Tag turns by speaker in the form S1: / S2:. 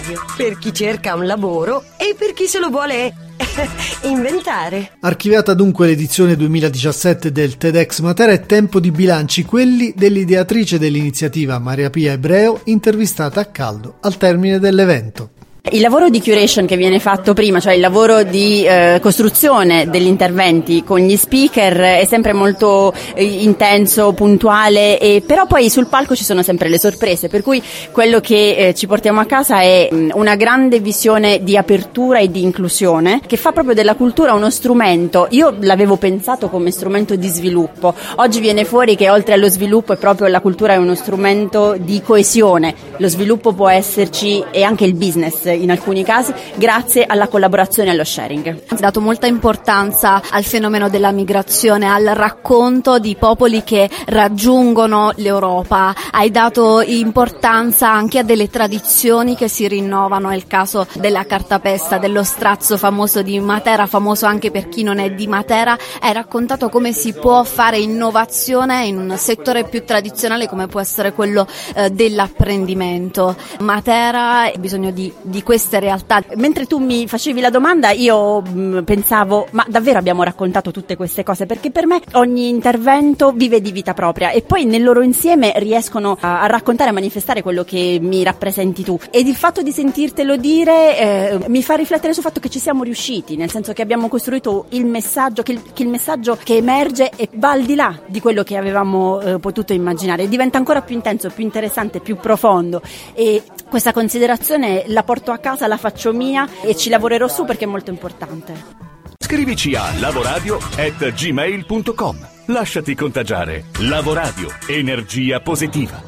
S1: radio, per chi cerca un lavoro e per chi se lo vuole inventare.
S2: Archiviata dunque l'edizione 2017 del TEDx Matera, è tempo di bilanci, quelli dell'ideatrice dell'iniziativa Maria Pia Ebreo, intervistata a caldo al termine dell'evento.
S3: Il lavoro di curation che viene fatto prima, cioè il lavoro di costruzione degli interventi con gli speaker, è sempre molto intenso, puntuale, però poi sul palco ci sono sempre le sorprese, per cui quello che ci portiamo a casa è una grande visione di apertura e di inclusione che fa proprio della cultura uno strumento. Io l'avevo pensato come strumento di sviluppo, oggi viene fuori che oltre allo sviluppo è proprio la cultura è uno strumento di coesione, lo sviluppo può esserci e anche il business in alcuni casi, grazie alla collaborazione e allo sharing.
S4: Hai dato molta importanza al fenomeno della migrazione, al racconto di popoli che raggiungono l'Europa, hai dato importanza anche a delle tradizioni che si rinnovano, è il caso della cartapesta, dello strazzo famoso di Matera, famoso anche per chi non è di Matera. Hai raccontato come si può fare innovazione in un settore più tradizionale come può essere quello dell'apprendimento. Matera ha bisogno di queste realtà. Mentre tu mi facevi la domanda io pensavo, ma davvero abbiamo raccontato tutte queste cose? Perché per me ogni intervento vive di vita propria e poi nel loro insieme riescono a raccontare e manifestare quello che mi rappresenti tu, ed il fatto di sentirtelo dire mi fa riflettere sul fatto che ci siamo riusciti, nel senso che abbiamo costruito il messaggio, che il messaggio che emerge e va al di là di quello che avevamo potuto immaginare, diventa ancora più intenso, più interessante, più profondo, e questa considerazione la porto a casa, la faccio mia e ci lavorerò su perché è molto importante.
S5: Scrivici a lavoradio@gmail.com. Lasciati contagiare. Lavoradio, energia positiva.